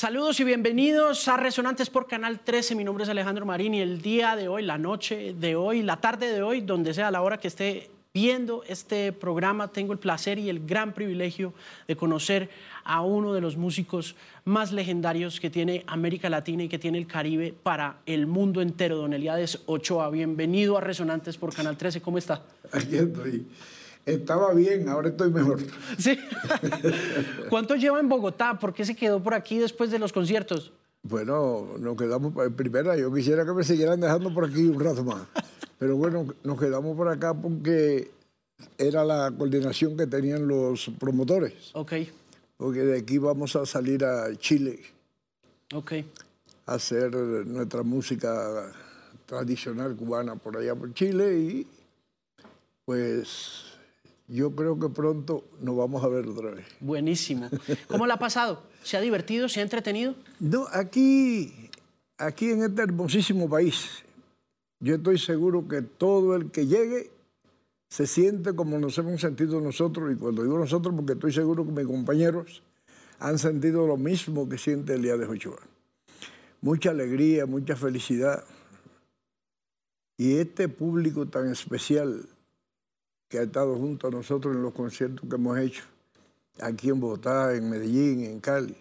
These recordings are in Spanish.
Saludos y bienvenidos a Resonantes por Canal 13. Mi nombre es Alejandro Marín y el día de hoy, la noche de hoy, la tarde de hoy, donde sea la hora que esté viendo este programa, tengo el placer y el gran privilegio de conocer a uno de los músicos más legendarios que tiene América Latina y que tiene el Caribe para el mundo entero, don Elías Ochoa. Bienvenido a Resonantes por Canal 13. ¿Cómo está? Aquí estoy. Estaba bien, ahora estoy mejor. Sí. ¿Cuánto lleva en Bogotá? ¿Por qué se quedó por aquí después de los conciertos? Bueno, nos quedamos en primera. Yo quisiera que me siguieran dejando por aquí un rato más. Pero bueno, nos quedamos por acá porque era la coordinación que tenían los promotores. Ok. Porque de aquí vamos a salir a Chile. Ok. A hacer nuestra música tradicional cubana por allá por Chile y pues yo creo que pronto nos vamos a ver otra vez. Buenísimo. ¿Cómo la ha pasado? ¿Se ha divertido? ¿Se ha entretenido? No, aquí en este hermosísimo país, yo estoy seguro que todo el que llegue se siente como nos hemos sentido nosotros, y cuando digo nosotros porque estoy seguro que mis compañeros han sentido lo mismo que siente Elías Ochoa. Mucha alegría, mucha felicidad. Y este público tan especial que ha estado junto a nosotros en los conciertos que hemos hecho, aquí en Bogotá, en Medellín, en Cali,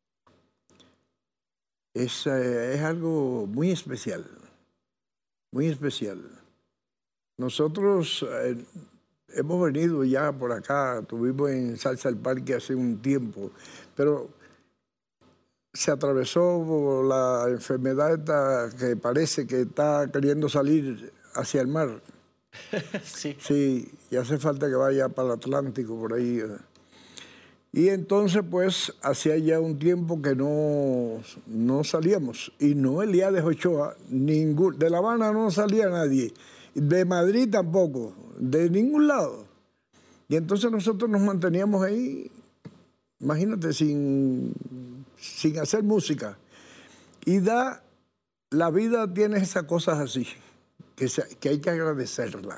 es algo muy especial, muy especial. Nosotros hemos venido ya por acá, estuvimos en Salsa al Parque hace un tiempo, pero se atravesó la enfermedad esta que parece que está queriendo salir hacia el mar. Sí. Sí, y hace falta que vaya para el Atlántico, por ahí. Y entonces, pues, hacía ya un tiempo que no salíamos. Y no Elías Ochoa, de La Habana no salía nadie. De Madrid tampoco, de ningún lado. Y entonces nosotros nos manteníamos ahí, imagínate, sin hacer música. Y la vida tiene esas cosas así, que hay que agradecerlas.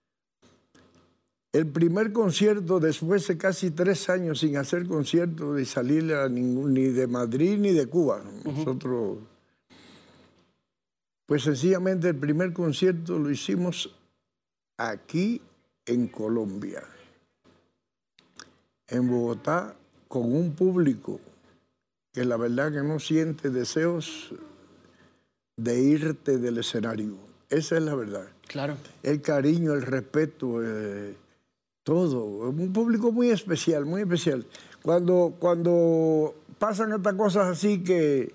El primer concierto, después de casi 3 años sin hacer concierto, de salir ni de Madrid ni de Cuba. Nosotros, pues sencillamente el primer concierto lo hicimos aquí en Colombia, en Bogotá, con un público que la verdad que no siente deseos de irte del escenario. Esa es la verdad. Claro. El cariño, el respeto, todo. Un público muy especial, muy especial. Cuando pasan estas cosas así que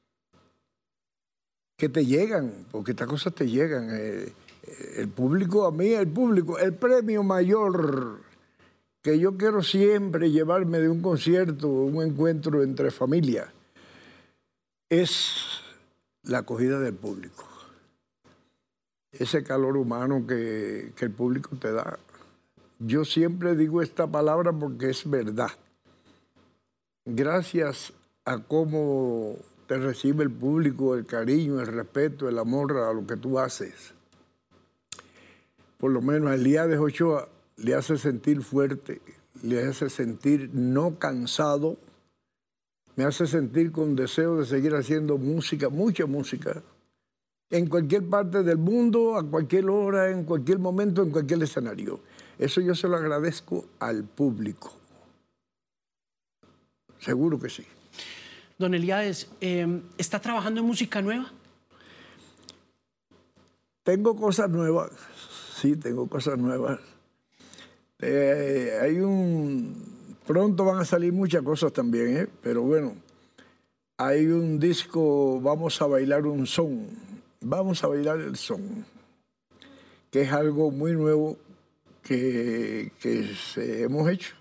te llegan, porque estas cosas te llegan. El público, a mí el premio mayor que yo quiero siempre llevarme de un concierto, un encuentro entre familia, es la acogida del público. Ese calor humano que el público te da. Yo siempre digo esta palabra porque es verdad. Gracias a cómo te recibe el público, el cariño, el respeto, el amor a lo que tú haces. Por lo menos a Elías Ochoa le hace sentir fuerte, le hace sentir no cansado, me hace sentir con deseo de seguir haciendo música, mucha música, en cualquier parte del mundo, a cualquier hora, en cualquier momento, en cualquier escenario. Eso yo se lo agradezco al público. Seguro que sí. Don Elías, ¿está trabajando en música nueva? Tengo cosas nuevas. Sí, tengo cosas nuevas. Pronto van a salir muchas cosas también, pero bueno. Hay un disco, Vamos a bailar un son. Vamos a bailar el son. Que es algo muy nuevo que hemos hecho.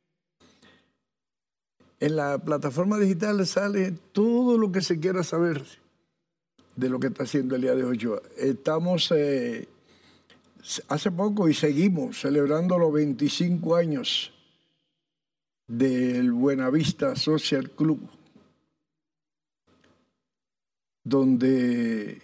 En la plataforma digital sale todo lo que se quiera saber de lo que está haciendo Elías Ochoa. Estamos hace poco y seguimos celebrando los 25 años del Buenavista Social Club, donde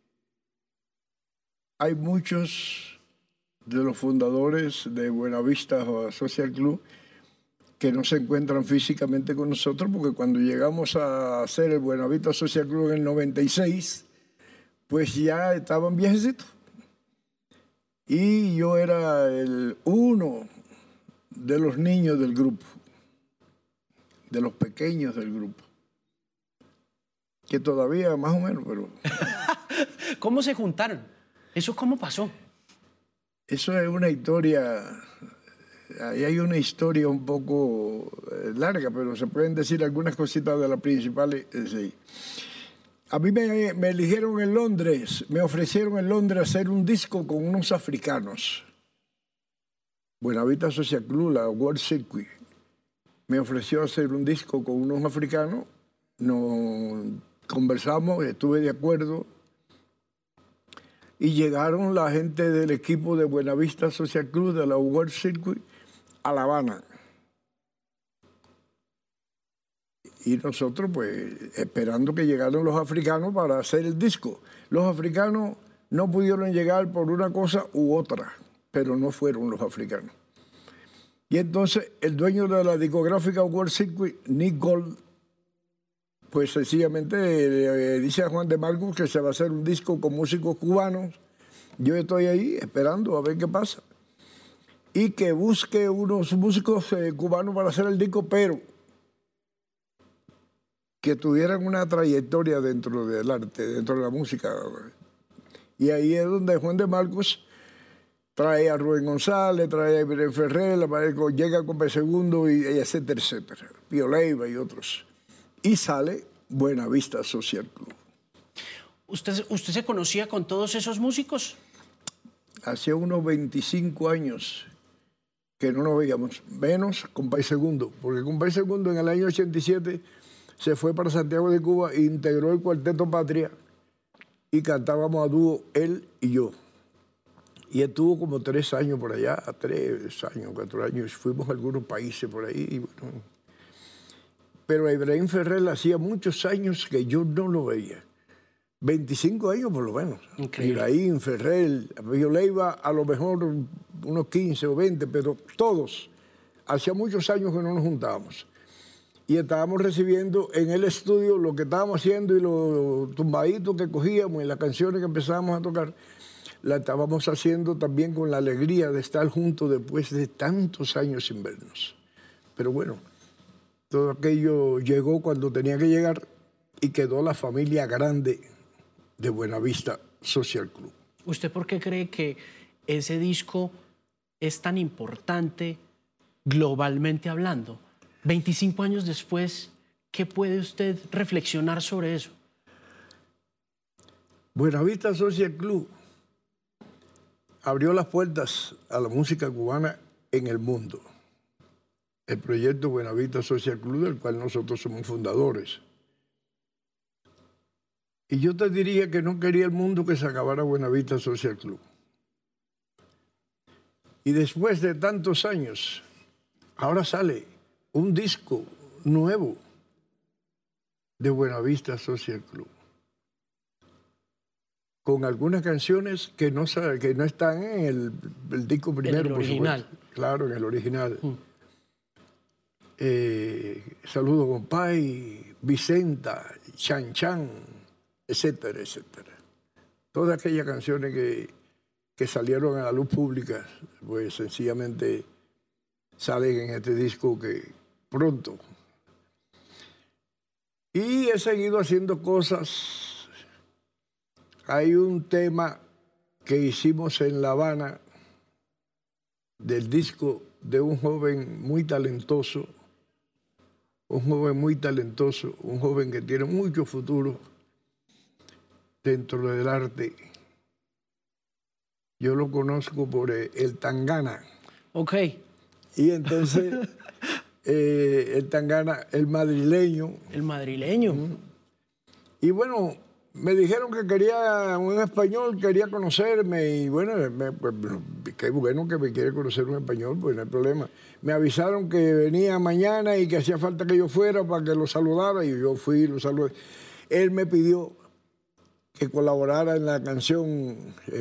hay muchos de los fundadores de Buenavista Social Club que no se encuentran físicamente con nosotros, porque cuando llegamos a hacer el Buenavista Social Club en el 96, pues ya estaban viejecitos. Y yo era uno de los niños del grupo, de los pequeños del grupo, que todavía más o menos, pero... ¿Cómo se juntaron? ¿Eso cómo pasó? Eso es una historia, ahí hay una historia un poco larga, pero se pueden decir algunas cositas de las principales. Sí. A mí me eligieron en Londres, me ofrecieron en Londres hacer un disco con unos africanos. Buenavista Social Club, la World Circuit, me ofreció hacer un disco con unos africanos. Nos conversamos, estuve de acuerdo. Y llegaron la gente del equipo de Buenavista Social Club de la World Circuit a La Habana. Y nosotros, pues, esperando que llegaran los africanos para hacer el disco. Los africanos no pudieron llegar por una cosa u otra, pero no fueron los africanos. Y entonces el dueño de la discográfica World Circuit, Nick Gold, pues sencillamente le dice a Juan de Marcos que se va a hacer un disco con músicos cubanos. Yo estoy ahí esperando a ver qué pasa. Y que busque unos músicos cubanos para hacer el disco, pero que tuvieran una trayectoria dentro del arte, dentro de la música. Y ahí es donde Juan de Marcos trae a Rubén González, trae a Ibrahim Ferrer, llega con P. Segundo, y etcétera, etcétera. Pío Leiva y otros. Y sale Buenavista Social Club. ¿Usted se conocía con todos esos músicos? Hacía unos 25 años que no nos veíamos, menos con País Segundo, porque con País Segundo en el año 87 se fue para Santiago de Cuba e integró el Cuarteto Patria y cantábamos a dúo él y yo. Y estuvo como 3 años por allá, 3 años, 4 años, fuimos a algunos países por ahí. Y bueno. Pero a Ibrahim Ferrer hacía muchos años que yo no lo veía. 25 años por lo menos. Increíble. Ibrahim Ferrer, Pío Leiva, a lo mejor unos 15 o 20, pero todos. Hacía muchos años que no nos juntábamos. Y estábamos recibiendo en el estudio lo que estábamos haciendo y los tumbaditos que cogíamos y las canciones que empezábamos a tocar, la estábamos haciendo también con la alegría de estar juntos después de tantos años sin vernos. Pero bueno, todo aquello llegó cuando tenía que llegar y quedó la familia grande de Buenavista Social Club. ¿Usted por qué cree que ese disco es tan importante globalmente hablando? 25 años después, ¿qué puede usted reflexionar sobre eso? Buenavista Social Club abrió las puertas a la música cubana en el mundo. El proyecto Buenavista Social Club, del cual nosotros somos fundadores. Y yo te diría que no quería el mundo que se acabara Buenavista Social Club. Y después de tantos años, ahora sale un disco nuevo de Buenavista Social Club, con algunas canciones que no están en el disco primero, en el original. Por supuesto. Claro, en el original. Saludo Compay, Vicenta, Chan Chan, etcétera, etcétera. Todas aquellas canciones que salieron a la luz pública, pues sencillamente salen en este disco que pronto. Y he seguido haciendo cosas. Hay un tema que hicimos en La Habana del disco de un joven muy talentoso, un joven que tiene mucho futuro dentro del arte. Yo lo conozco por el Tangana. Ok. Y entonces, el Tangana, el madrileño. El madrileño. Y bueno, me dijeron que quería un español, quería conocerme. Y bueno, pues, qué bueno que me quiere conocer un español, pues no hay problema. Me avisaron que venía mañana y que hacía falta que yo fuera para que lo saludara. Y yo fui y lo saludé. Él me pidió que colaborara en la canción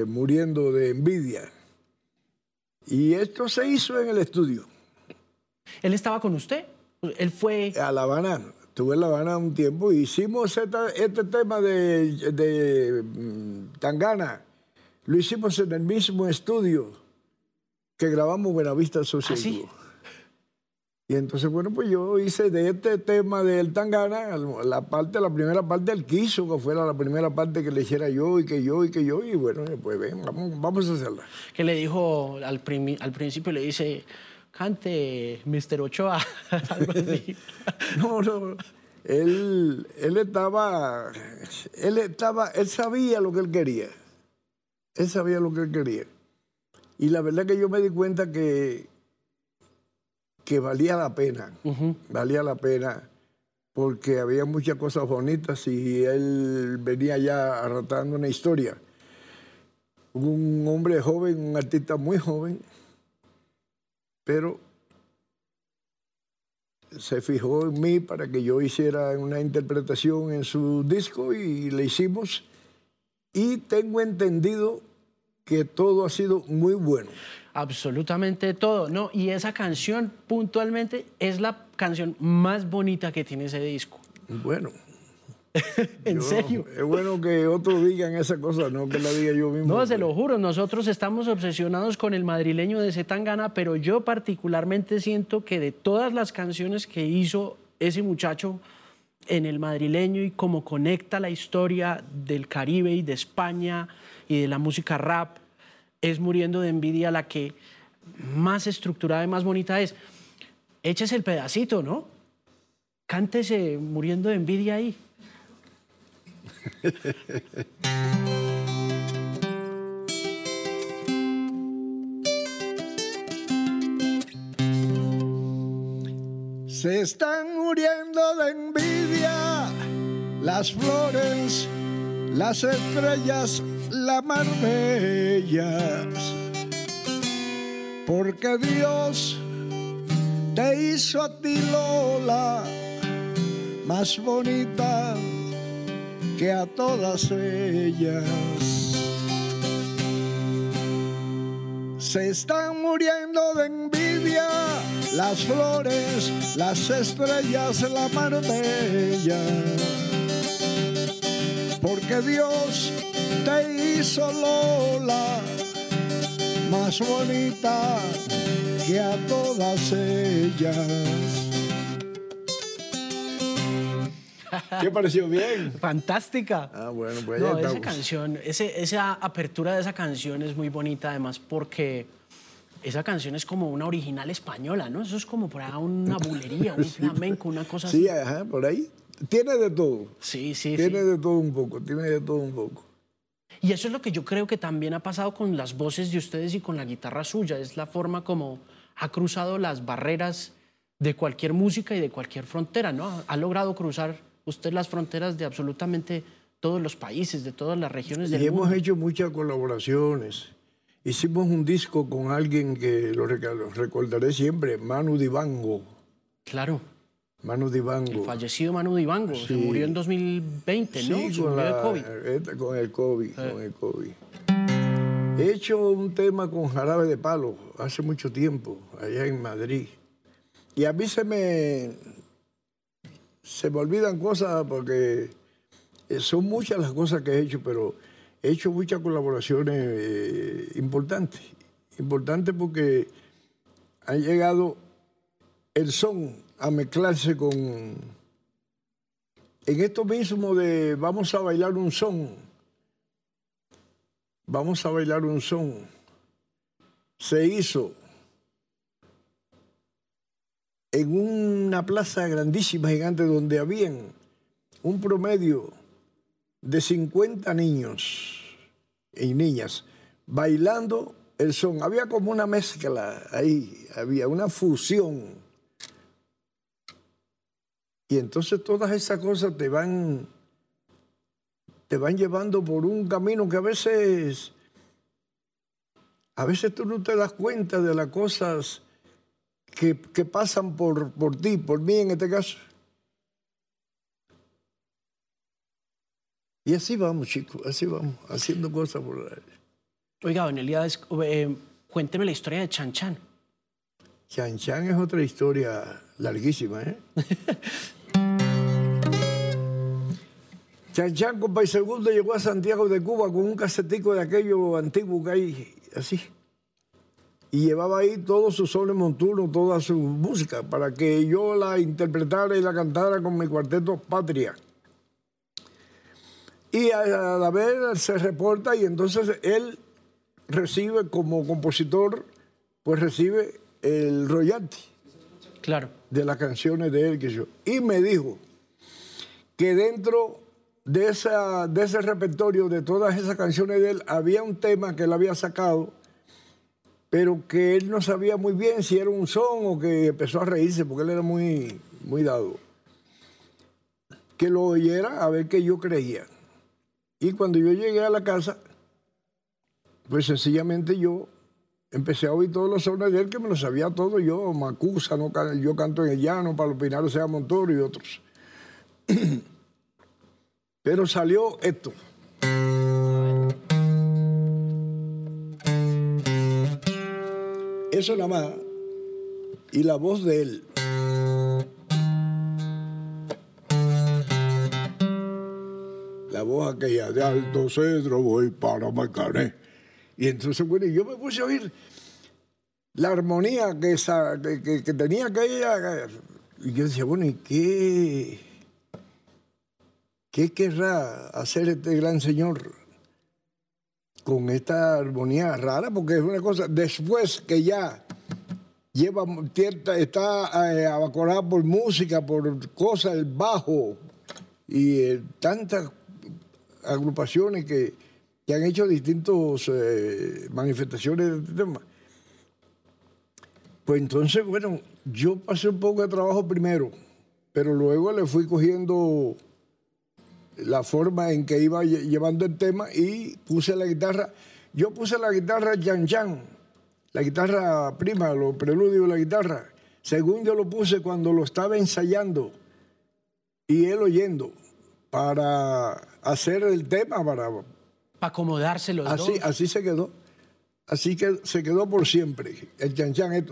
Muriendo de Envidia. Y esto se hizo en el estudio. ¿Él estaba con usted? Él fue... A La Habana. Estuve en La Habana un tiempo y hicimos este tema de Tangana. Lo hicimos en el mismo estudio que grabamos Buenavista Social. ¿Ah, sí? Y entonces, bueno, pues yo hice de este tema del Tangana, la primera parte él quiso que fuera la primera parte que le hiciera yo, y bueno, pues ven, vamos a hacerla. ¿Qué le dijo al principio? Le dice, cante Mr. Ochoa, algo así. No, él sabía lo que él quería. Él sabía lo que él quería. Y la verdad que yo me di cuenta que valía la pena. Valía la pena porque había muchas cosas bonitas y él venía ya arrastrando una historia. Un hombre joven, un artista muy joven, pero se fijó en mí para que yo hiciera una interpretación en su disco y le hicimos. Y tengo entendido que todo ha sido muy bueno. Absolutamente todo, ¿no? Y esa canción, puntualmente, es la canción más bonita que tiene ese disco. Bueno. ¿En serio? Es bueno que otros digan esa cosa, no que la diga yo mismo. No, se lo juro, nosotros estamos obsesionados con el madrileño de Zetangana, pero yo particularmente siento que de todas las canciones que hizo ese muchacho en el madrileño y cómo conecta la historia del Caribe y de España y de la música rap, es Muriendo de Envidia la que más estructurada y más bonita es. Échese el pedacito, ¿no? Cántese Muriendo de Envidia ahí. Se están muriendo de envidia las flores, las estrellas, las marbellas, porque Dios te hizo a ti, Lola, más bonita que a todas ellas. Se están muriendo de envidia las flores, las estrellas, la marbella, porque Dios te hizo, Lola, más bonita que a todas ellas. ¿Qué pareció bien? Fantástica. Ah, bueno, pues no, ya esa canción, esa apertura de esa canción es muy bonita, además, porque esa canción es como una original española, ¿no? Eso es como por ahí una bulería, un flamenco, una cosa así. Sí, ajá, por ahí. Tiene de todo. Sí, sí, tiene sí. de todo un poco, tiene de todo un poco. Y eso es lo que yo creo que también ha pasado con las voces de ustedes y con la guitarra suya. Es la forma como ha cruzado las barreras de cualquier música y de cualquier frontera, ¿no? Ha logrado cruzar usted las fronteras de absolutamente todos los países, de todas las regiones del mundo. Y hemos hecho muchas colaboraciones. Hicimos un disco con alguien que lo recordaré siempre, Manu Dibango. Claro. Manu Dibango. El fallecido Manu Dibango. Sí. Se murió en 2020, ¿no? Sí, se murió de COVID. Con el COVID. He hecho un tema con Jarabe de Palo hace mucho tiempo, allá en Madrid. Y a mí se me olvidan cosas porque son muchas las cosas que he hecho, pero he hecho muchas colaboraciones importantes. Importantes porque ha llegado el son a mezclarse con... En esto mismo de vamos a bailar un son. Vamos a bailar un son. Se hizo en una plaza grandísima, gigante, donde habían un promedio de 50 niños y niñas bailando el son. Había como una mezcla ahí, había una fusión. Y entonces todas esas cosas te van llevando por un camino que a veces tú no te das cuenta de las cosas que pasan por ti, por mí en este caso. Y así vamos, chicos, así vamos, haciendo cosas por ahí. Oiga, don Elías, cuénteme la historia de Chan Chan. Chan Chan es otra historia larguísima, ¿eh? Chan Chan con País Segundo llegó a Santiago de Cuba con un casetico de aquello antiguo que hay, así. Y llevaba ahí todos sus sones montunos, toda su música, para que yo la interpretara y la cantara con mi cuarteto Patria. Y a la vez se reporta y entonces él recibe como compositor, pues recibe el royalty. Claro. De las canciones de él que yo. Y me dijo que dentro de ese repertorio de todas esas canciones de él había un tema que él había sacado, pero que él no sabía muy bien si era un son o que empezó a reírse porque él era muy, muy dado. Que lo oyera a ver qué yo creía. Y cuando yo llegué a la casa, pues sencillamente yo empecé a oír todos los sones de él, que me los sabía todo yo, Macusa, no, yo canto en el llano, Palo Pinares, Sea Montoro y otros. Pero salió esto. Eso nada más. Y la voz de él. La voz aquella de Alto Cedro voy para Marcané. Y entonces, bueno, yo me puse a oír la armonía que tenía aquella. Y yo decía, bueno, ¿y qué querrá hacer este gran señor con esta armonía rara? Porque es una cosa, después que ya está abacorada por música, por cosas, el bajo y tantas agrupaciones que han hecho distintas manifestaciones de este tema. Pues entonces, bueno, yo pasé un poco de trabajo primero, pero luego le fui cogiendo la forma en que iba llevando el tema y puse la guitarra. Yo puse la guitarra Chan Chan, la guitarra prima, los preludios de la guitarra, según yo lo puse cuando lo estaba ensayando y él oyendo, para hacer el tema, para acomodarse los dos. Así se quedó. Así que se quedó por siempre, el Chan Chan esto.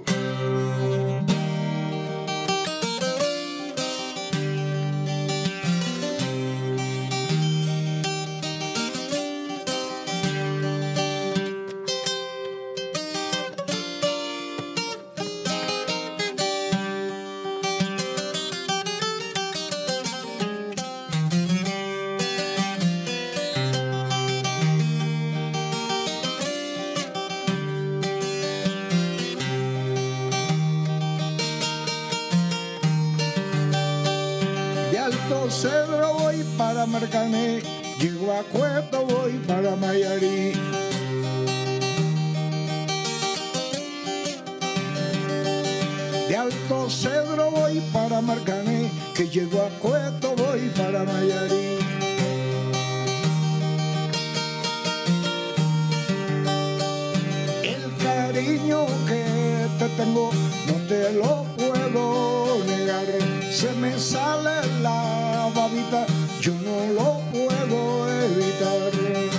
Cedro voy para Marcané, llego a Cueto voy para Mayarí. De Alto Cedro voy para Marcané, que llego a Cueto voy para Mayarí. El cariño que te tengo no te lo puedo negar, se me sale la babita, yo no lo puedo evitar.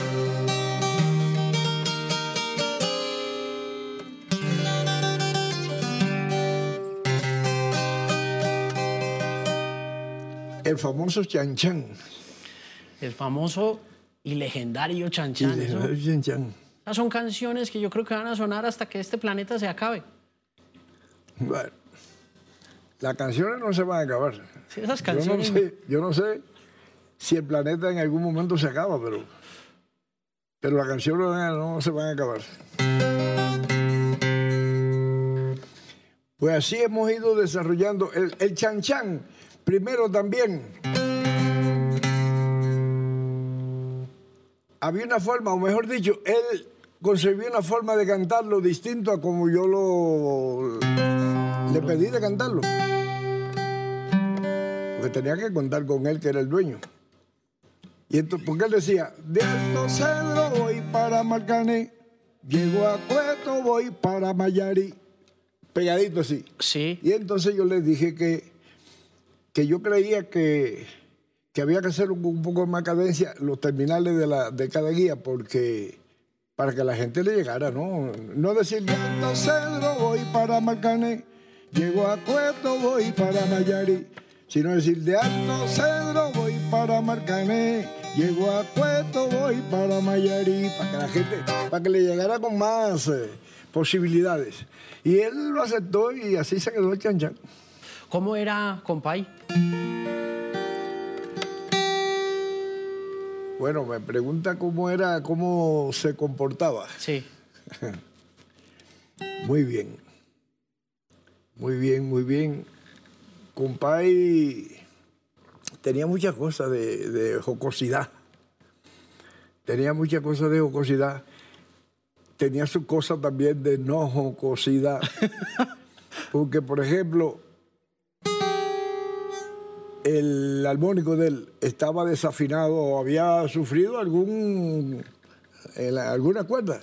El famoso Chan Chan. El famoso y legendario Chan Chan. Esas son canciones que yo creo que van a sonar hasta que este planeta se acabe. Bueno, las canciones no se van a acabar. Sí, esas canciones. Yo no sé si el planeta en algún momento se acaba, pero las canciones no se van a acabar. Pues así hemos ido desarrollando el Chan Chan. Primero también había una forma, o mejor dicho, él concebió una forma de cantarlo distinto a como yo le pedí de cantarlo. Porque tenía que contar con él, que era el dueño. Y entonces, porque él decía, de Alto Cedro voy para Marcané, llego a Cueto voy para Mayarí. Pegadito así. Sí. Y entonces yo les dije que yo creía que había que hacer un poco más cadencia los terminales de cada guía, porque para que la gente le llegara, ¿no? No decir, de Alto Cedro voy para Marcané, llego a Cueto voy para Nayarit, sino decir, de Alto Cedro voy para Marcané, llego a Cueto voy para Nayarit, para que la gente, para que le llegara con más posibilidades. Y él lo aceptó y así se quedó el Chan Chan. ¿Cómo era Compay? Bueno, me pregunta cómo se comportaba. Sí. Muy bien. Muy bien, muy bien. Compay tenía muchas cosas de jocosidad. Tenía muchas cosas de jocosidad. Tenía sus cosas también de no jocosidad. Porque, por ejemplo, el armónico de él estaba desafinado o había sufrido alguna cuerda.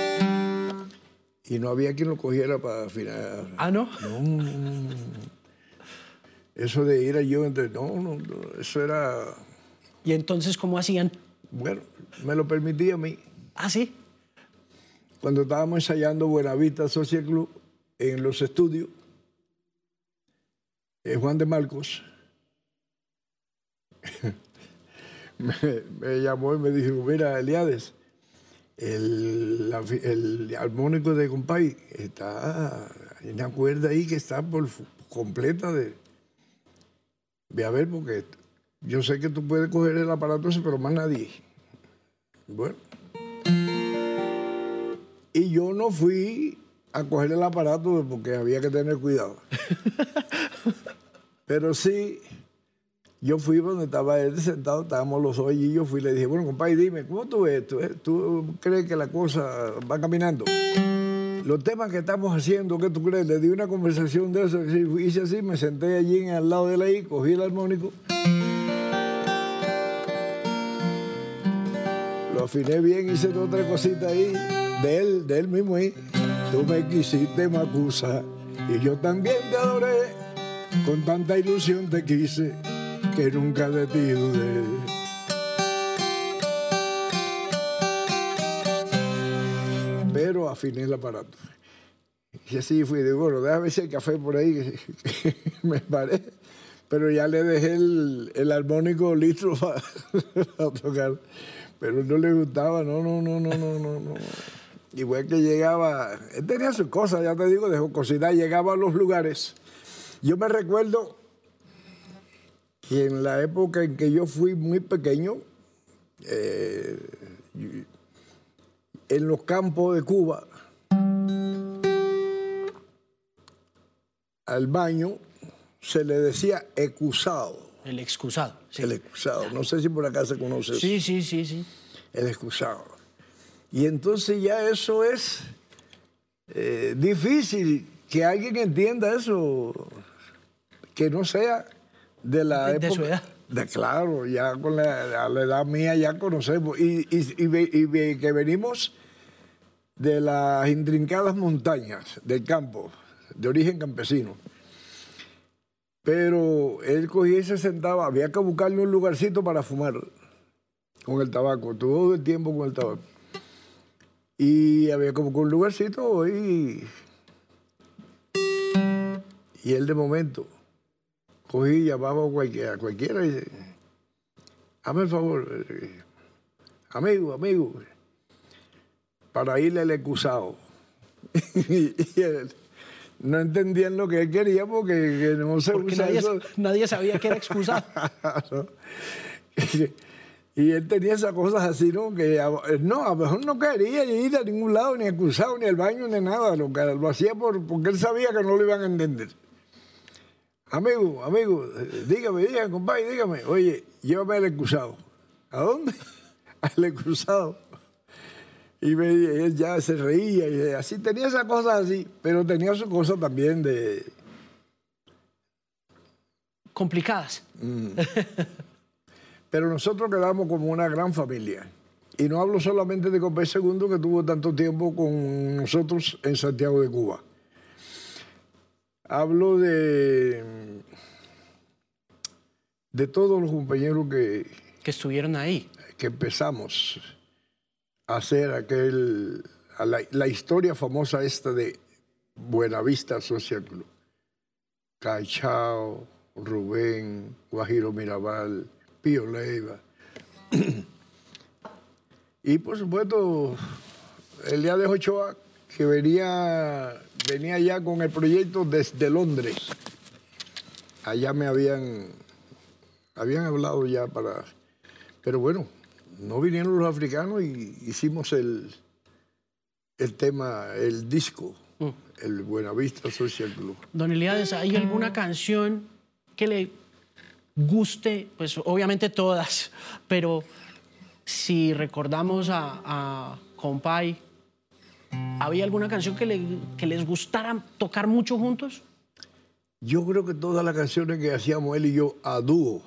Y no había quien lo cogiera para afinar. ¿Ah, no? No. Eso de ir yo entre... No, eso era... ¿Y entonces cómo hacían? Bueno, me lo permitía a mí. ¿Ah, sí? Cuando estábamos ensayando Buenavista Social Club en los estudios, Juan de Marcos me llamó y me dijo, mira, Eliades, el armónico de Compay hay una cuerda ahí que está por completa de... Ve a ver, porque yo sé que tú puedes coger el aparato ese, pero más nadie. Bueno. Y yo no fui a coger el aparato porque había que tener cuidado. Pero sí, yo fui donde estaba él sentado, estábamos los dos y yo fui y le dije, bueno, compadre, dime, ¿cómo tú ves esto? ¿Tú crees que la cosa va caminando? Los temas que estamos haciendo, ¿qué tú crees? Le di una conversación de eso, hice así, me senté allí al lado de él ahí, cogí el armónico, lo afiné bien, hice dos o tres cositas ahí, de él mismo ahí. Tú me quisiste, Macusa, y yo también te adoré, con tanta ilusión te quise, que nunca de ti dudé. Pero afiné el aparato. Y así fui, digo, bueno, déjame ver si hay café por ahí, que me paré. Pero ya le dejé el armónico listo para tocar. Pero no le gustaba, no. Igual que llegaba, él tenía sus cosas, ya te digo, de jocosidad, llegaba a los lugares. Yo me recuerdo que en la época en que yo fui muy pequeño, en los campos de Cuba, al baño se le decía excusado. El excusado. Sí. El excusado. No sé si por acá se conoce eso. Sí. El excusado. Y entonces ya eso es difícil que alguien entienda eso, que no sea de la época. De su edad. Claro, ya con la edad mía ya conocemos. Y que venimos de las intrincadas montañas del campo, de origen campesino. Pero él cogía y se sentaba, había que buscarle un lugarcito para fumar con el tabaco, todo el tiempo con el tabaco. Y había como un lugarcito y él de momento cogí y llamaba a cualquiera y dice, hazme el favor, amigo, para irle al excusado. y él no entendían lo que él quería porque no se usa eso. Nadie sabía que era excusado. ¿No? Y él tenía esas cosas así, ¿no? Que a lo mejor no quería ir a ningún lado, ni excusado, ni al baño, ni nada. Lo hacía porque él sabía que no lo iban a entender. Amigo, dígame, compadre, dígame. Oye, llévame al excusado. ¿A dónde? Al excusado. Y él ya se reía y así. Tenía esas cosas así, pero tenía sus cosas también de... complicadas. Pero nosotros quedamos como una gran familia. Y no hablo solamente de Compay II, que tuvo tanto tiempo con nosotros en Santiago de Cuba. Hablo de todos los compañeros que estuvieron ahí. Que empezamos hacer la historia famosa esta de Buenavista Social Club. Cachao, Rubén, Guajiro Mirabal, Pío Leiva. Y por supuesto, Elías Ochoa, que venía ya con el proyecto desde Londres. Allá me habían hablado ya para... Pero bueno, no vinieron los africanos y hicimos el tema, el disco, el Buenavista Social Club. Don Elías, ¿hay alguna canción que le guste? Pues obviamente todas, pero si recordamos a Compay, ¿había alguna canción que les gustara tocar mucho juntos? Yo creo que todas las canciones que hacíamos él y yo a dúo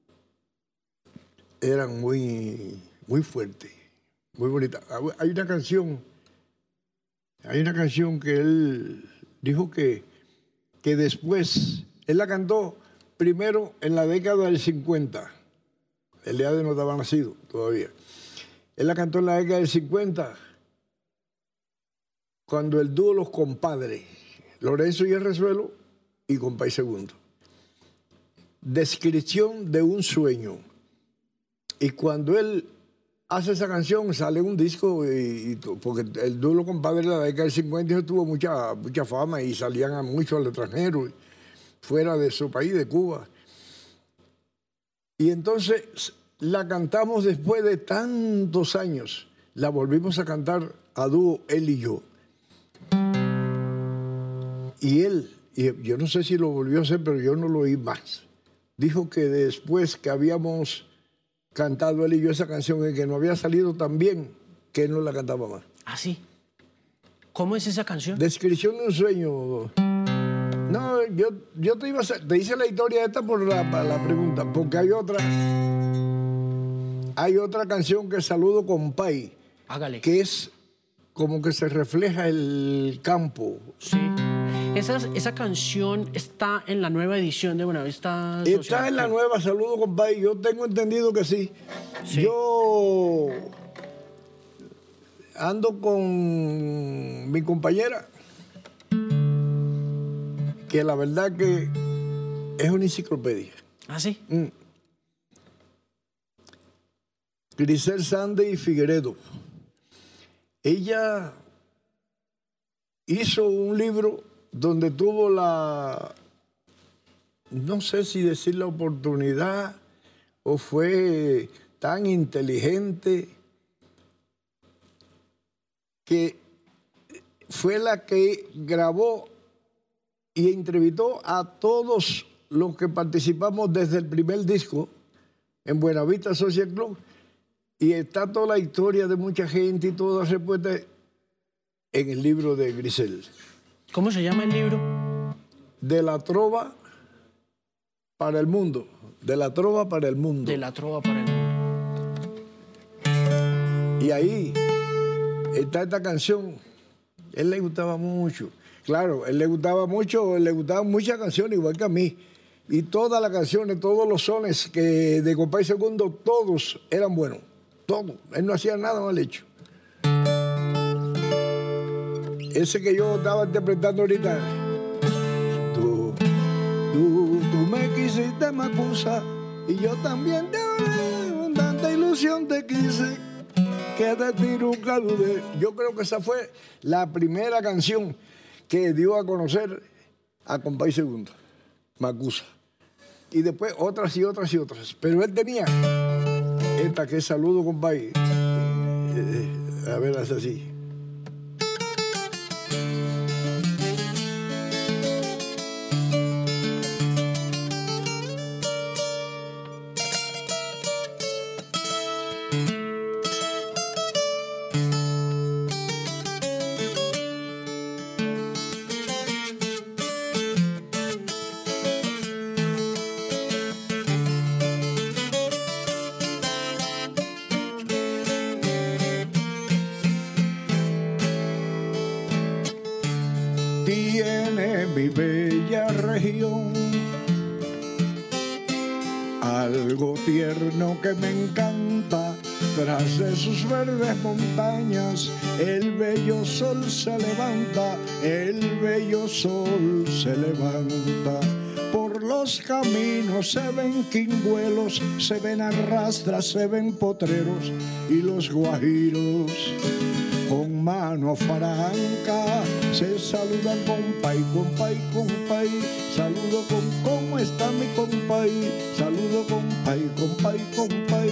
eran muy, muy fuertes, muy bonitas. Hay una canción que él dijo que después, él la cantó primero en la década del 50. Elías no estaba nacido todavía. Él la cantó en la década del 50, cuando el dúo Los Compadres, Lorenzo y el Resuelo y Compay Segundo. Descripción de un sueño. Y cuando él hace esa canción, sale un disco, porque el dúo Los Compadres en la década del 50 tuvo mucha fama y salían mucho al extranjero, fuera de su país, de Cuba. Y entonces la cantamos después de tantos años. La volvimos a cantar a dúo, él y yo. Y él, yo no sé si lo volvió a hacer, pero yo no lo oí más. Dijo que después que habíamos cantado él y yo esa canción, que no había salido tan bien, que no la cantaba más. ¿Ah, sí? ¿Cómo es esa canción? Descripción de un sueño. No, yo te hice la historia esta por la pregunta, porque hay otra canción que Saludo Compay. Hágale. Que es como que se refleja el campo. Sí. Esa canción está en la nueva edición de Buenavista Social. Está en la nueva, Saludo Compay. Yo tengo entendido que sí. Yo ando con mi compañera, que la verdad que es una enciclopedia. ¿Ah, sí? Grisel Sandy Figueredo. Ella hizo un libro donde tuvo no sé si decir la oportunidad, o fue tan inteligente, que fue la que grabó y entrevistó a todos los que participamos desde el primer disco en Buenavista Social Club. Y está toda la historia de mucha gente y todas las respuestas en el libro de Grisel. ¿Cómo se llama el libro? De la trova para el mundo. De la trova para el mundo. De la trova para el mundo. Y ahí está esta canción. A él le gustaba mucho. Claro, le gustaban muchas canciones, igual que a mí. Y todas las canciones, todos los sones que de Compay Segundo, todos eran buenos. Todo. Él no hacía nada mal hecho. Ese que yo estaba interpretando ahorita. Tú me quisiste, Macusa, y yo también te amé, con tanta ilusión te quise, que de ti nunca dudé. Yo creo que esa fue la primera canción que dio a conocer a Compay Segundo, Macusa. Y después otras y otras y otras. Pero él tenía esta que es Saludo Compay. A ver, es así. Tiene mi bella región algo tierno que me encanta, Tras de sus verdes montañas el bello sol se levanta, el bello sol se levanta. Por los caminos se ven quingüelos, se ven arrastras, se ven potreros y los guajiros con mano franca se saludan compay, compay, compay. Saludo con ¿cómo está mi compay? Saludo compay, compay, compay.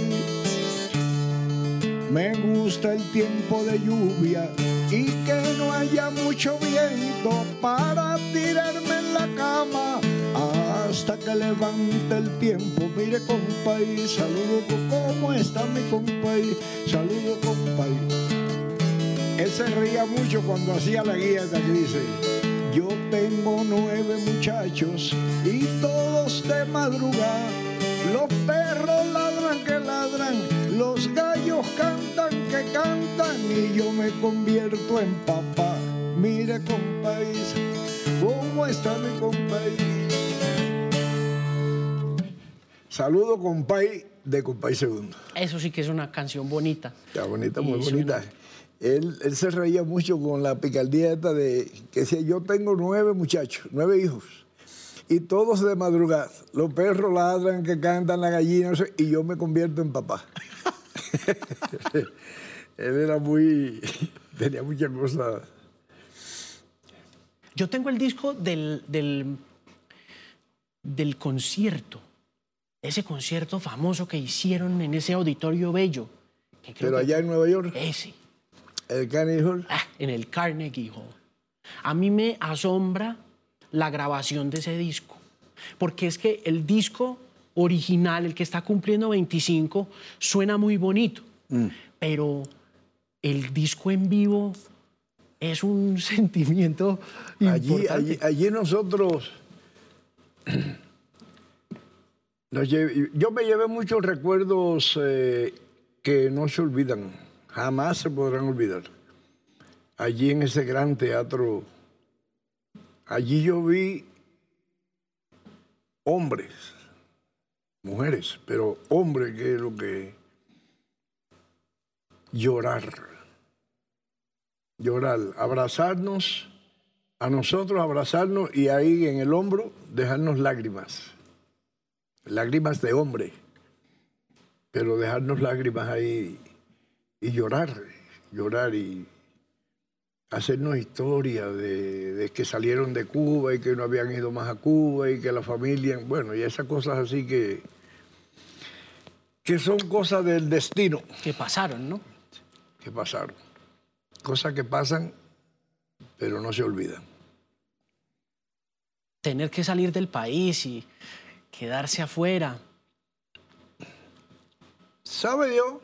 Me gusta el tiempo de lluvia y que no haya mucho viento para tirarme en la cama hasta que levante el tiempo. Mire compay, saludo con ¿cómo está mi compay? Saludo compay. Él se reía mucho cuando hacía la guía esta que dice: yo tengo 9 muchachos y todos de madrugada. Los perros ladran que ladran, los gallos cantan que cantan y yo me convierto en papá. Mire compay, ¿cómo está mi compay? Saludo compay de Compay Segundo. Eso sí que es una canción bonita. Está bonita, muy bonita. Él se reía mucho con la picardía esta de que decía: yo tengo 9 muchachos, 9 hijos, y todos de madrugada. Los perros ladran, que cantan, la gallina, y yo me convierto en papá. Él era tenía muchas cosas. Yo tengo el disco del concierto, ese concierto famoso que hicieron en ese auditorio bello. Pero allá en Nueva York. Ese. ¿El Carnegie Hall? En el Carnegie Hall. A mí me asombra la grabación de ese disco, porque es que el disco original, el que está cumpliendo 25, suena muy bonito, pero el disco en vivo es un sentimiento importante. Allí nosotros... yo me llevé muchos recuerdos que no se olvidan, jamás se podrán olvidar. Allí en ese gran teatro, allí yo vi hombres, mujeres, pero hombres, que es lo que... llorar, abrazarnos, a nosotros abrazarnos y ahí en el hombro dejarnos lágrimas de hombre, pero dejarnos lágrimas ahí y llorar y hacernos historia de que salieron de Cuba y que no habían ido más a Cuba y que la familia, bueno, y esas cosas así que son cosas del destino. Que pasaron, ¿no? Que pasaron. Cosas que pasan, pero no se olvidan. Tener que salir del país y quedarse afuera. ¿Sabe Dios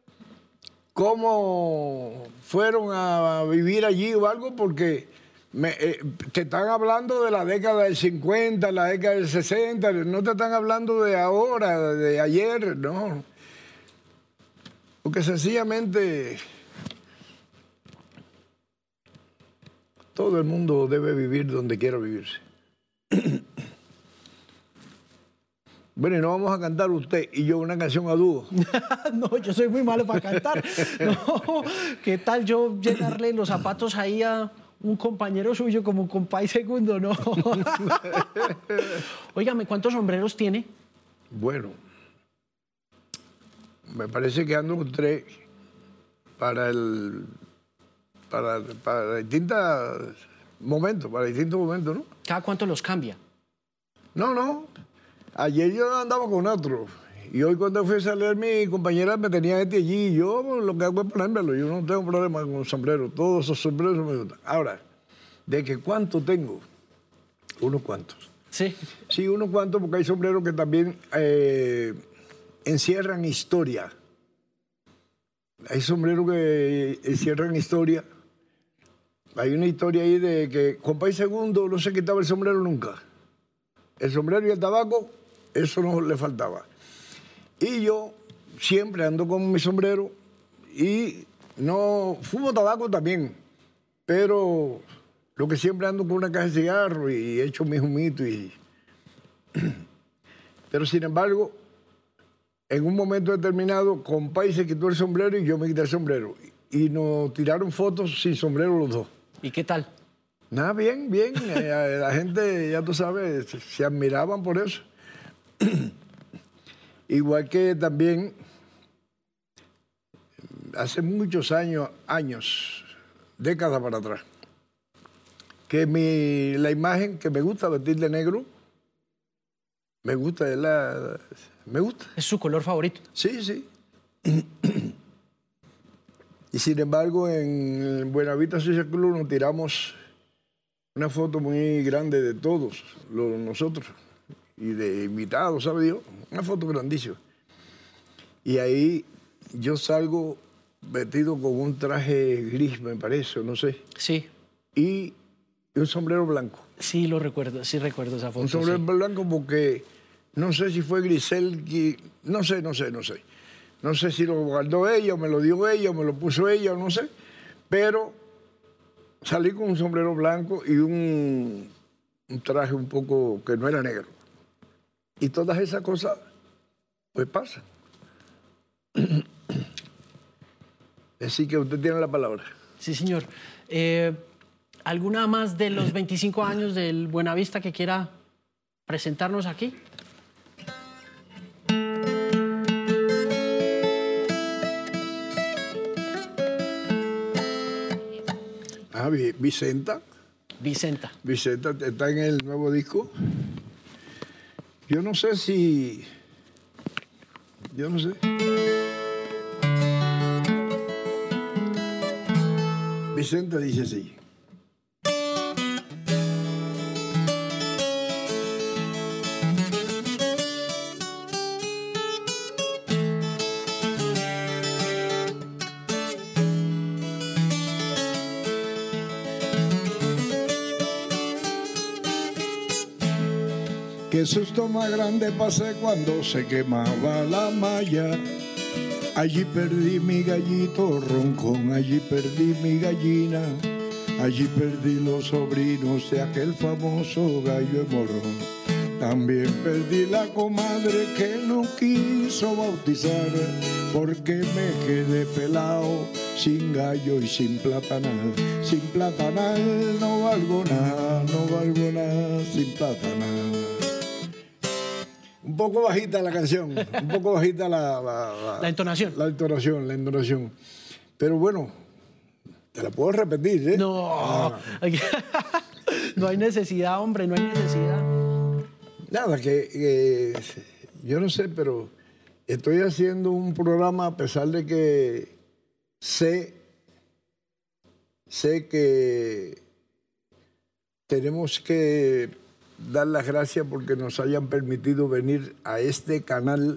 cómo fueron a vivir allí o algo? Porque te están hablando de la década del 50, la década del 60, no te están hablando de ahora, de ayer, no. Porque sencillamente todo el mundo debe vivir donde quiera vivirse. Bueno, y no vamos a cantar usted y yo una canción a dúo. No, yo soy muy malo para cantar. No, ¿qué tal yo llenarle los zapatos ahí a un compañero suyo como Compay Segundo? No. Óigame, ¿cuántos sombreros tiene? Bueno, me parece que ando con 3 para distintos momentos, ¿no? ¿Cada cuánto los cambia? No. Ayer yo andaba con otro. Y hoy cuando fui a salir, mi compañera me tenía allí. Y yo lo que hago es ponérmelo. Yo no tengo problema con los sombreros. Todos esos sombreros me gustan. Ahora, ¿de qué cuánto tengo? Unos cuantos. Sí. Sí, unos cuantos, porque hay sombreros que también encierran historia. Hay sombreros que encierran historia. Hay una historia ahí de que Compay Segundo no se quitaba el sombrero nunca. El sombrero y el tabaco, eso no le faltaba. Y yo siempre ando con mi sombrero y no fumo tabaco también, pero lo que siempre ando con una caja de cigarro y echo mis humitos. Pero sin embargo, en un momento determinado, compadre se quitó el sombrero y yo me quité el sombrero. Y nos tiraron fotos sin sombrero los dos. ¿Y qué tal? Nada, bien, bien. La gente, ya tú sabes, se admiraban por eso. Igual que también hace muchos años, décadas para atrás, que la imagen que me gusta vestir de negro, me gusta, me gusta. ¿Es su color favorito? Sí, sí. Y sin embargo, en Buenavista Social Club nos tiramos una foto muy grande de todos, nosotros, y de invitados, ¿sabe Dios? Una foto grandísima. Y ahí yo salgo vestido con un traje gris, me parece, no sé. Sí. Y un sombrero blanco. Sí, lo recuerdo, sí recuerdo esa foto. Un sombrero sí. blanco porque no sé si fue Grisel, no sé. No sé si lo guardó ella, o me lo dio ella, o me lo puso ella, no sé. Pero salí con un sombrero blanco y un traje un poco que no era negro. Y todas esas cosas, pues pasan. Así que usted tiene la palabra. Sí, señor. ¿Alguna más de los 25 años del Buenavista que quiera presentarnos aquí? Ah, Vicenta. Vicenta. Vicenta está en el nuevo disco. Yo no sé si... Yo no sé. Vicenta dice así. Qué susto más grande pasé cuando se quemaba la malla. Allí perdí mi gallito roncón, allí perdí mi gallina, allí perdí los sobrinos de aquel famoso gallo de morón. También perdí la comadre que no quiso bautizar, porque me quedé pelao, sin gallo y sin platanal. Sin platanal no valgo nada, sin platanal. Un poco bajita la canción, un poco bajita la entonación. La entonación. Pero bueno, te la puedo repetir, ¿eh? No, no hay necesidad, hombre, no hay necesidad. Nada, que yo no sé, pero estoy haciendo un programa a pesar de que sé que tenemos que dar las gracias porque nos hayan permitido venir a este canal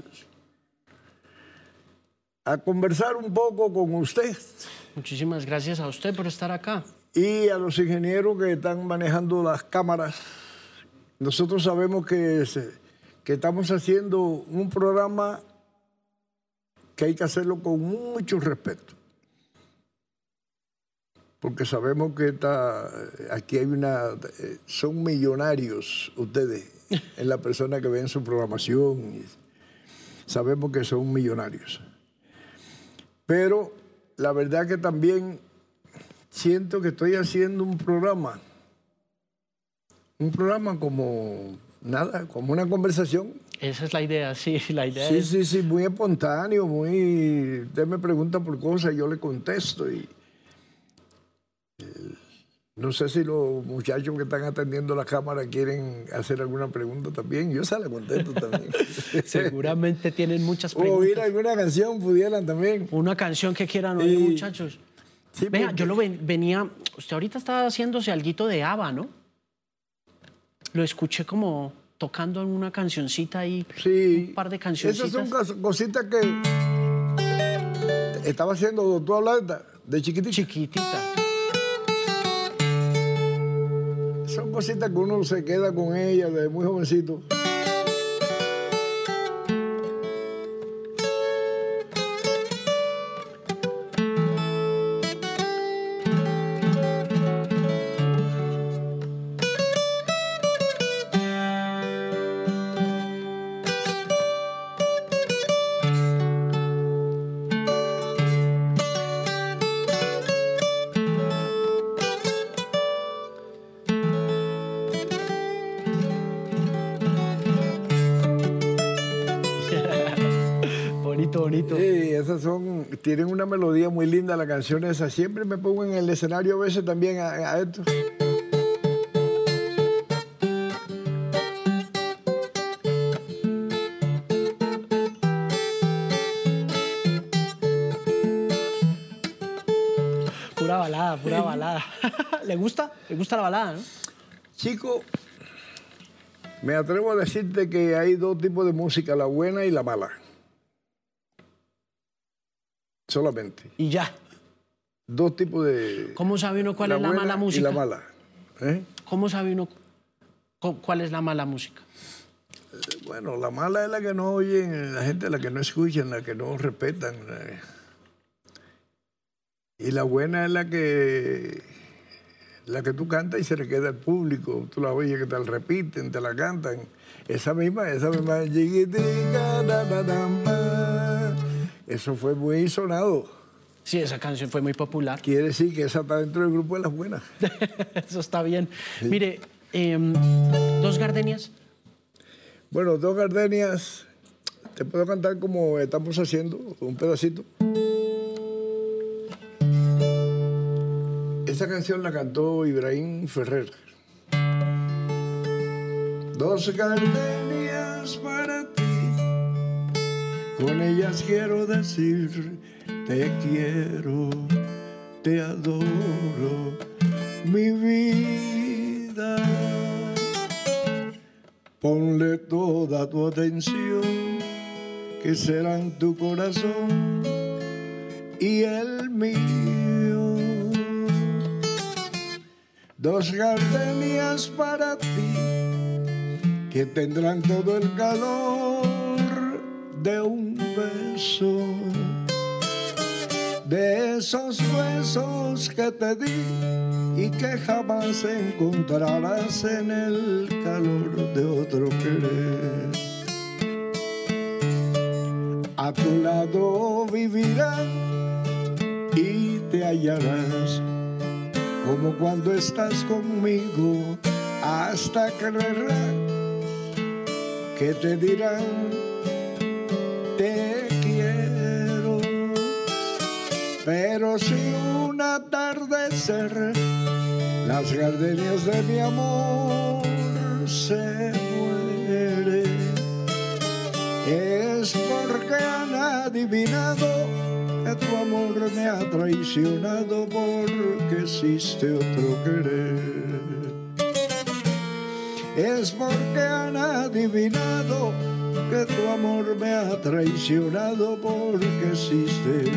a conversar un poco con usted. Muchísimas gracias a usted por estar acá. Y a los ingenieros que están manejando las cámaras. Nosotros sabemos que estamos haciendo un programa que hay que hacerlo con mucho respeto. Porque sabemos que aquí hay son millonarios ustedes en la persona que ven su programación. Sabemos que son millonarios. Pero la verdad que también siento que estoy haciendo un programa como nada, como una conversación. Esa es la idea, sí, la idea es... Sí, muy espontáneo, usted me pregunta por cosas y yo le contesto y... No sé si los muchachos que están atendiendo la cámara quieren hacer alguna pregunta también. Yo se la contesto también. Seguramente tienen muchas preguntas. O oír alguna canción pudieran también. Una canción que quieran oír, muchachos. Sí, Vea, porque... yo lo venía... Usted ahorita está haciéndose alguito de ABBA, ¿no? Lo escuché como tocando en una cancioncita ahí. Sí. Un par de cancioncitas. Esas son cositas que estaba haciendo, tú hablas de chiquitita. Chiquitita. Son cositas que uno se queda con ellas desde muy jovencito. bonito. Sí, esas tienen una melodía muy linda las canciones esas. Siempre me pongo en el escenario a veces también a esto. Pura balada, pura balada. ¿Le gusta? ¿Le gusta la balada, no? Chico, me atrevo a decirte que hay dos tipos de música, la buena y la mala. Solamente. Y ya. Dos tipos de... ¿Cómo sabe uno cuál es la mala música? Y la mala. ¿Cómo sabe uno cuál es la mala música? Bueno, la mala es la que no oyen, la gente la que no escuchan, la que no respetan. Y la buena es la que tú cantas y se le queda al público. Tú la oyes que te la repiten, te la cantan. Esa misma, chiquitica, eso fue muy sonado. Sí, esa canción fue muy popular. Quiere decir que esa está dentro del grupo de las buenas. Eso está bien. Sí. Mire, Dos Gardenias. Bueno, Dos Gardenias, te puedo cantar como estamos haciendo, un pedacito. Esta canción la cantó Ibrahim Ferrer. Dos gardenias para ti, con ellas quiero decir te quiero, te adoro, mi vida. Ponle toda tu atención, que serán tu corazón y el mío. Dos gardenias para ti, que tendrán todo el calor de un beso, de esos besos que te di y que jamás encontrarás en el calor de otro querer. A tu lado vivirán y te hallarás como cuando estás conmigo, hasta creerás que te dirán te quiero. Pero si un atardecer las gardenias de mi amor se mueren, es porque han adivinado que tu amor me ha traicionado, porque existe otro querer. Es porque han adivinado que tu amor me ha traicionado, porque existe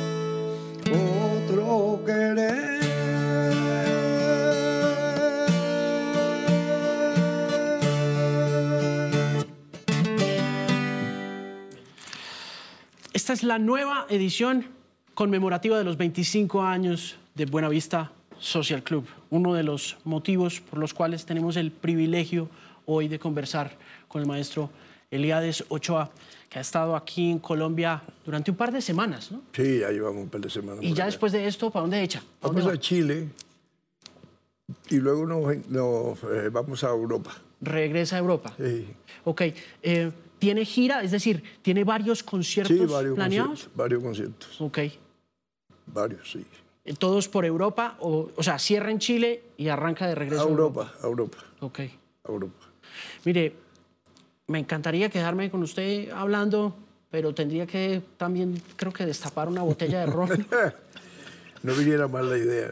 otro querer. Esta es la nueva edición conmemorativa de los 25 años de Buenavista Social Club, uno de los motivos por los cuales tenemos el privilegio hoy de conversar con el maestro Elías Ochoa, que ha estado aquí en Colombia durante un par de semanas, ¿no? Sí, ya llevamos un par de semanas. Y ya después de esto, ¿para dónde echa? Vamos a Chile y luego nos vamos a Europa. ¿Regresa a Europa? Sí. Ok. ¿Tiene gira? Es decir, ¿tiene varios conciertos planeados? Varios conciertos. Ok. Varios, sí. ¿Todos por Europa? O sea, cierra en Chile y arranca de regreso a Europa. A Europa. Ok. A Europa. Mire, me encantaría quedarme con usted hablando, pero tendría que también, creo que, destapar una botella de ron. No viniera mal la idea.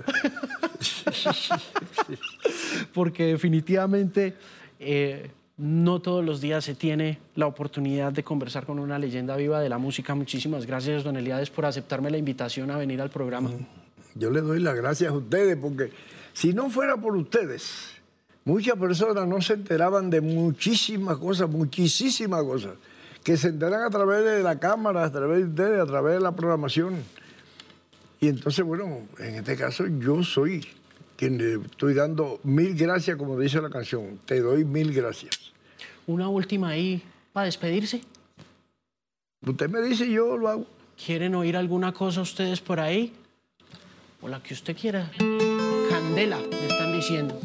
Porque definitivamente no todos los días se tiene la oportunidad de conversar con una leyenda viva de la música. Muchísimas gracias, don Elías, por aceptarme la invitación a venir al programa. Yo les doy las gracias a ustedes, porque si no fuera por ustedes, muchas personas no se enteraban de muchísimas cosas, que se enteran a través de la cámara, a través de ustedes, a través de la programación. Y entonces, bueno, en este caso yo soy quien le estoy dando 1000 gracias, como dice la canción. Te doy 1000 gracias. Una última ahí para despedirse. Usted me dice, yo lo hago. ¿Quieren oír alguna cosa ustedes por ahí? O la que usted quiera. Candela, me están diciendo.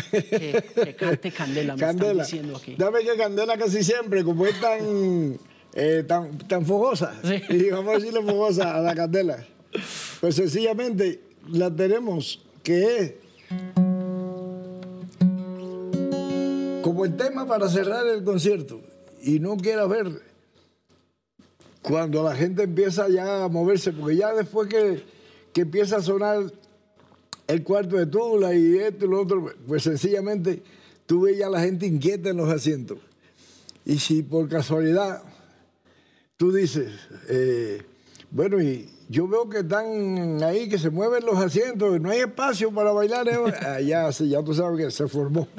Que cante Candela, me están diciendo aquí. Dame que Candela casi siempre, como es tan tan fogosa, Sí. y vamos a decirle fogosa a la candela. Pues sencillamente la tenemos que es como el tema para cerrar el concierto. Y no quiera ver cuando la gente empieza ya a moverse, porque ya después que empieza a sonar el cuarto de Tula y esto y lo otro, pues sencillamente tú ves ya a la gente inquieta en los asientos. Y si por casualidad tú dices, bueno, y yo veo que están ahí, que se mueven los asientos, no hay espacio para bailar, allá ya tú sabes que se formó.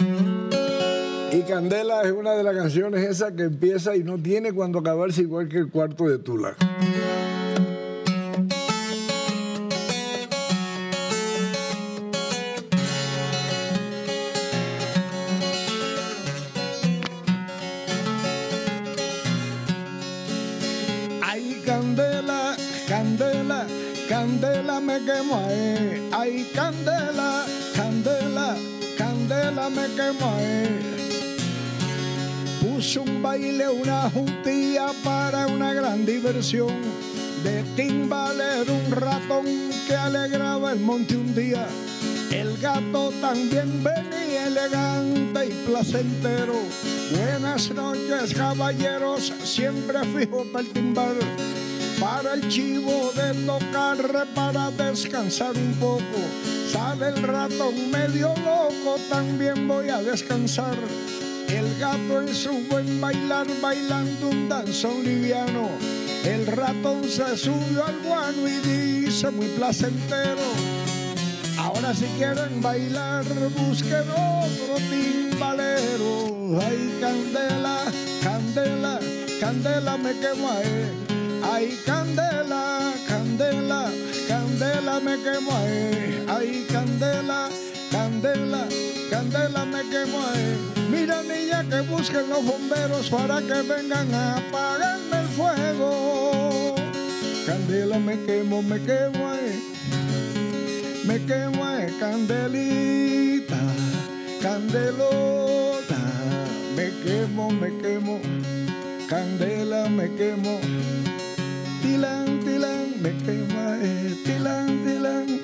Y Candela es una de las canciones esas que empieza y no tiene cuándo acabarse, igual que el cuarto de Tula. Ay, Candela, Candela, Candela me quemo ahí. Ay, Candela, Candela, Candela me quemo ahí. Puso un baile, una juntilla para una gran diversión. De timbales un ratón que alegraba el monte un día. El gato también venía elegante y placentero. Buenas noches, caballeros, siempre fijo para el timbal. Para el chivo de tocar, para descansar un poco. Sale el ratón medio loco, también voy a descansar. El gato en su buen bailar, bailando un danzón liviano. El ratón se subió al guano y dice muy placentero: ahora si quieren bailar, busquen otro timbalero. Ay, Candela, Candela, Candela me quemo ahí. Ay, Candela, Candela, Candela me quemo ahí. Ay, Candela, Candela, Candela me quemo ahí. Mira, niña, que busquen los bomberos para que vengan a apagarme el fuego. Candela me quemo ahí. Me quemo ahí, Candelita, Candelota. Me quemo, Candela me quemo. Tilán, tilán, me quemo ahí. Tilán, tilán.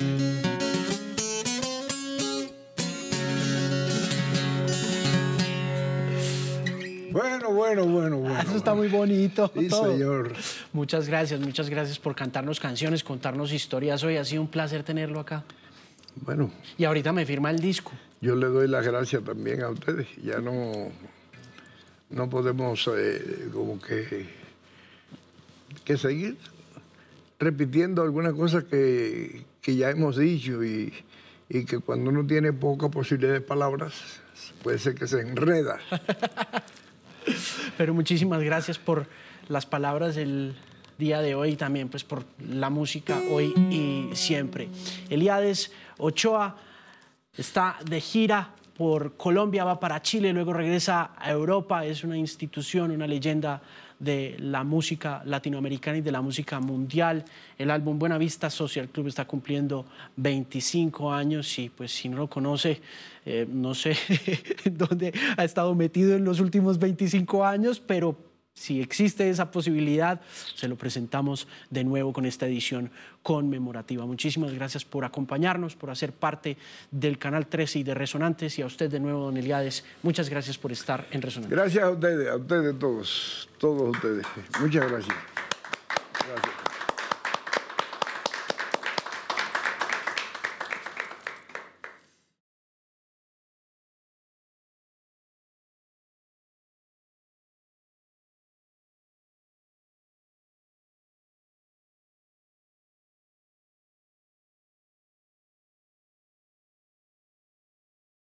Bueno. Eso está muy bonito. Sí, todo. señor. Muchas gracias por cantarnos canciones, contarnos historias hoy. Ha sido un placer tenerlo acá. Bueno. Y ahorita me firma el disco. Yo le doy las gracias también a ustedes. Ya no podemos como que seguir repitiendo algunas cosas que ya hemos dicho y que cuando uno tiene poca posibilidad de palabras, puede ser que se enreda. Pero muchísimas gracias por las palabras del día de hoy y también pues por la música hoy y siempre. Elías Ochoa está de gira por Colombia, va para Chile, luego regresa a Europa. Es una institución, una leyenda de la música latinoamericana y de la música mundial. El álbum Buena Vista Social Club está cumpliendo 25 años y pues si no lo conoce, no sé dónde ha estado metido en los últimos 25 años, pero si existe esa posibilidad, se lo presentamos de nuevo con esta edición conmemorativa. Muchísimas gracias por acompañarnos, por hacer parte del Canal 13 y de Resonantes. Y a usted de nuevo, don Elías, muchas gracias por estar en Resonantes. Gracias a ustedes todos ustedes. Muchas gracias.